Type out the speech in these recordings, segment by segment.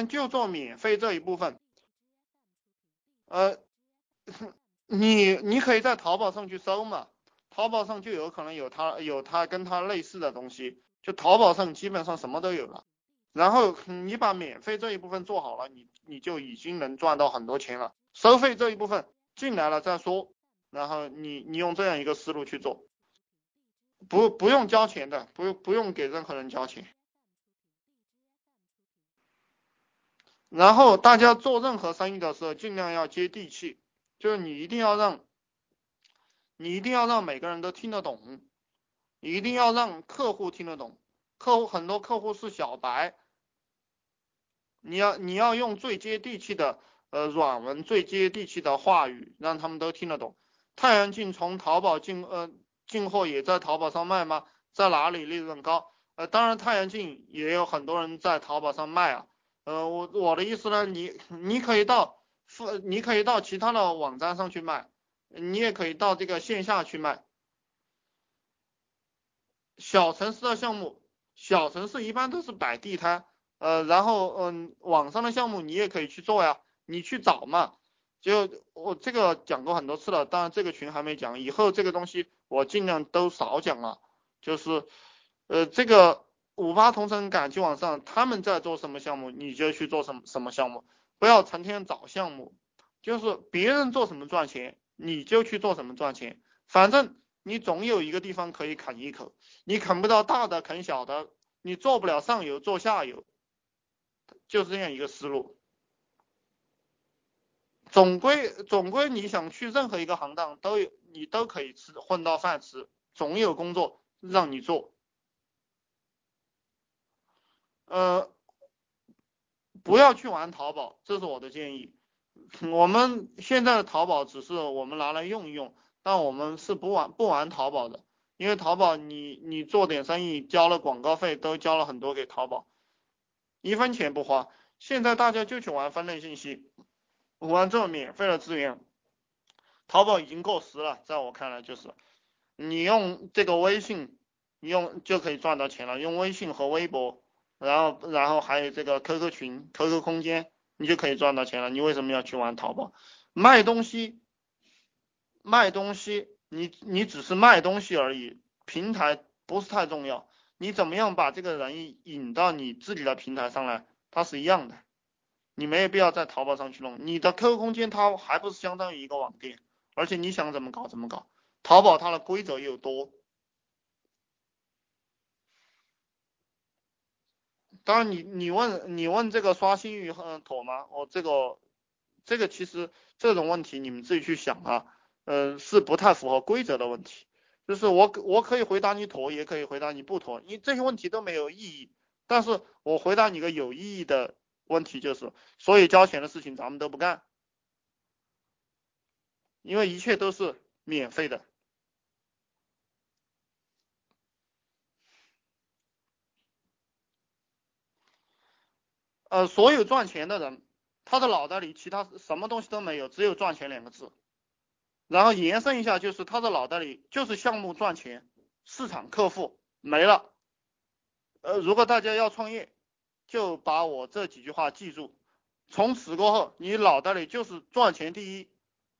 就做免费这一部分。呃，你可以在淘宝上去搜嘛，淘宝上就有可能有它跟它类似的东西，就淘宝上基本上什么都有了。然后你把免费这一部分做好了，你就已经能赚到很多钱了。收费这一部分进来了再说，然后你用这样一个思路去做，不用交钱的，不用给任何人交钱。然后大家做任何生意的时候，尽量要接地气，就是你一定要让每个人都听得懂，你一定要让客户听得懂。很多客户是小白，你要用最接地气的软文，最接地气的话语，让他们都听得懂。太阳镜从淘宝进货也在淘宝上卖吗？在哪里利润高？当然太阳镜也有很多人在淘宝上卖啊。我的意思呢，你可以到其他的网站上去卖，你也可以到这个线下去卖。小城市的项目，小城市一般都是摆地摊，然后网上的项目你也可以去做呀，你去找嘛。就我这个讲过很多次了，当然这个群还没讲，以后这个东西我尽量都少讲了。就是这个58同城赶集网上他们在做什么项目，你就去做什么项目，不要成天找项目，就是别人做什么赚钱，你就去做什么赚钱，反正你总有一个地方可以啃一口。你啃不到大的，啃小的，你做不了上游，做下游，就是这样一个思路。总归你想去任何一个行当，你都可以混到饭吃，总有工作让你做。呃，不要去玩淘宝，这是我的建议。我们现在的淘宝只是我们拿来用一用，但我们是不玩淘宝的，因为淘宝你做点生意交了广告费，都交了很多给淘宝，一分钱不花。现在大家就去玩分类信息，玩这种免费的资源，淘宝已经过时了，在我看来就是你用这个微信，你用就可以赚到钱了，用微信和微博，然后还有这个 QQ 群、QQ 空间，你就可以赚到钱了。你为什么要去玩淘宝？卖东西，卖东西，你只是卖东西而已，平台不是太重要。你怎么样把这个人引到你自己的平台上来，它是一样的。你没有必要在淘宝上去弄，你的 QQ 空间它还不是相当于一个网店，而且你想怎么搞怎么搞。淘宝它的规则又多，当然你问这个刷新率妥吗？这个其实这种问题你们自己去想啊，是不太符合规则的问题。就是我可以回答你妥，也可以回答你不妥，你这些问题都没有意义。但是我回答你个有意义的问题，就是所有交钱的事情咱们都不干，因为一切都是免费的。所有赚钱的人，他的脑袋里其他什么东西都没有，只有赚钱两个字。然后延伸一下，就是他的脑袋里就是项目赚钱，市场客户没了。如果大家要创业，就把我这几句话记住，从此过后，你脑袋里就是赚钱第一，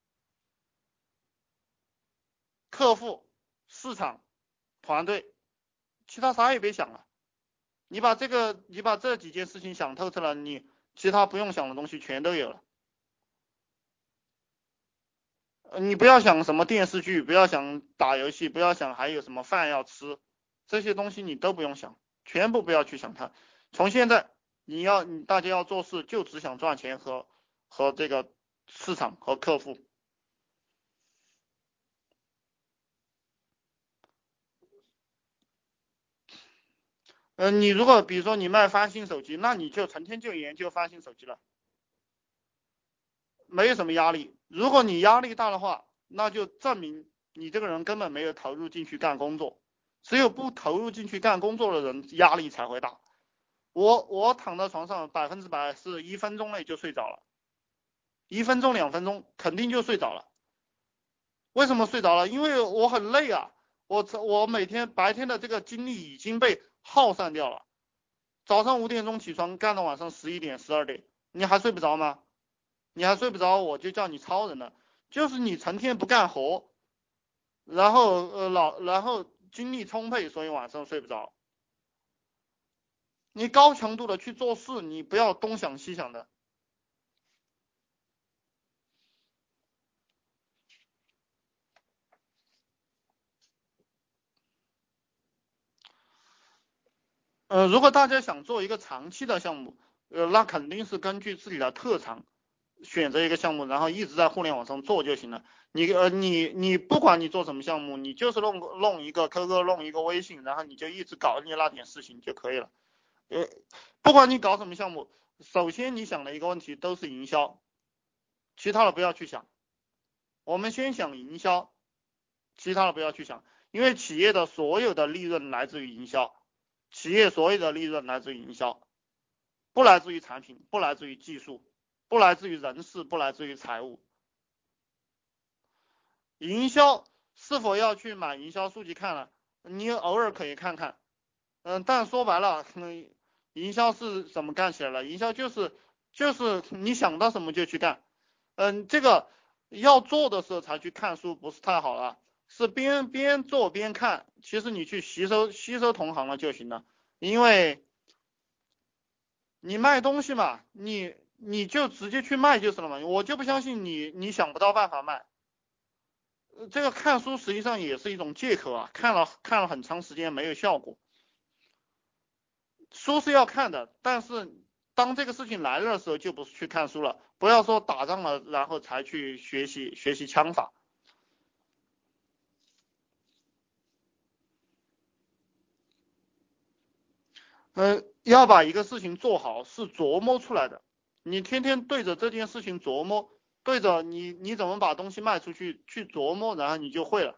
客户、市场、团队，其他啥也别想了。你把这几件事情想透彻了，你其他不用想的东西全都有了。你不要想什么电视剧，不要想打游戏，不要想还有什么饭要吃，这些东西你都不用想，全部不要去想它。从现在大家要做事就只想赚钱和这个市场和客户。你如果比如说你卖翻新手机，那你就成天就研究翻新手机了，没有什么压力。如果你压力大的话，那就证明你这个人根本没有投入进去干工作。只有不投入进去干工作的人，压力才会大。我躺在床上100%是1分钟内就睡着了，1分钟2分钟肯定就睡着了。为什么睡着了？因为我很累啊，我每天白天的这个精力已经被耗散掉了。 早上5点钟起床，干到晚上11点、12点，你还睡不着吗？你还睡不着，我就叫你超人了。就是你成天不干活，然后精力充沛，所以晚上睡不着。你高强度的去做事，你不要东想西想的。如果大家想做一个长期的项目，那肯定是根据自己的特长选择一个项目，然后一直在互联网上做就行了。你不管你做什么项目，你就是弄一个 QQ，弄一个微信，然后你就一直搞你那点事情就可以了。不管你搞什么项目，首先你想的一个问题都是营销，其他的不要去想。我们先想营销，其他的不要去想，因为企业的所有的利润来自于营销，企业所有的利润来自于营销，不来自于产品，不来自于技术，不来自于人事，不来自于财务。营销是否要去买营销数据看了？你偶尔可以看看，但说白了，营销是怎么干起来了？营销就是你想到什么就去干，这个要做的时候才去看书不是太好了，是边做边看，其实你去吸收同行了就行了，因为你卖东西嘛，你就直接去卖就是了嘛，我就不相信你想不到办法卖。这个看书实际上也是一种借口啊，看了很长时间没有效果。书是要看的，但是当这个事情来了的时候，就不是去看书了。不要说打仗了，然后才去学习枪法。要把一个事情做好是琢磨出来的。你天天对着这件事情琢磨，对着你怎么把东西卖出去去琢磨，然后你就会了。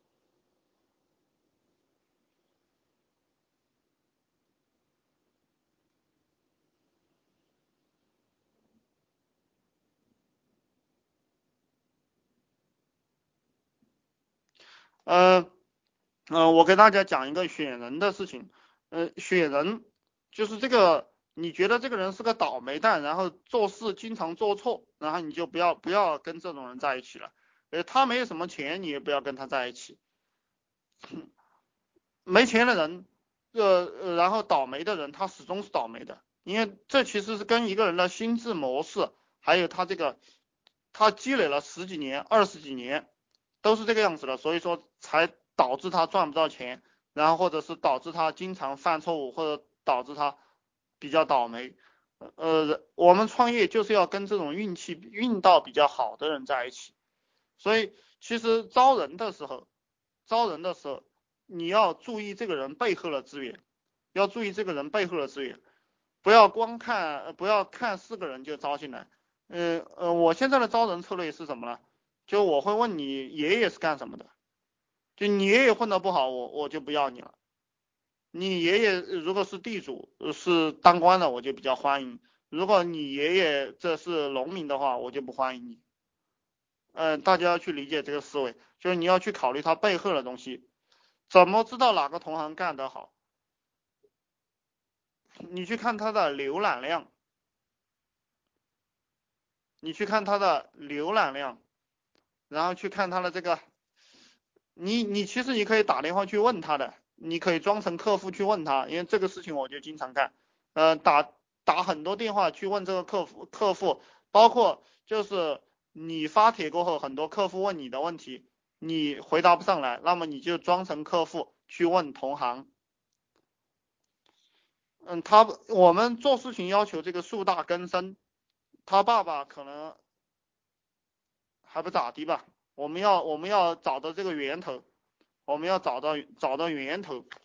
呃我给大家讲一个选人的事情。选人就是这个，你觉得这个人是个倒霉蛋，然后做事经常做错，然后你就不要跟这种人在一起了。他没有什么钱，你也不要跟他在一起。没钱的人，然后倒霉的人，他始终是倒霉的，因为这其实是跟一个人的心智模式，还有他这个他积累了十几年、20几年，都是这个样子的，所以说才导致他赚不到钱，然后或者是导致他经常犯错误，或者导致他比较倒霉。我们创业就是要跟这种运道比较好的人在一起，所以其实招人的时候，你要注意这个人背后的资源，要注意这个人背后的资源，不要看4个人就招进来。我现在的招人策略是什么呢？就我会问你爷爷是干什么的，就你爷爷混得不好，我就不要你了。你爷爷如果是地主，是当官的，我就比较欢迎。如果你爷爷这是农民的话，我就不欢迎你。大家要去理解这个思维，就是你要去考虑他背后的东西。怎么知道哪个同行干得好？你去看他的浏览量，你去看他的浏览量，然后去看他的这个，你其实你可以打电话去问他的，你可以装成客户去问他，因为这个事情我就经常干。打很多电话去问这个客户，包括就是你发帖过后，很多客户问你的问题，你回答不上来，那么你就装成客户去问同行。我们做事情要求这个树大根深，他爸爸可能还不咋地吧。我们要找到这个源头，我们要找到源头。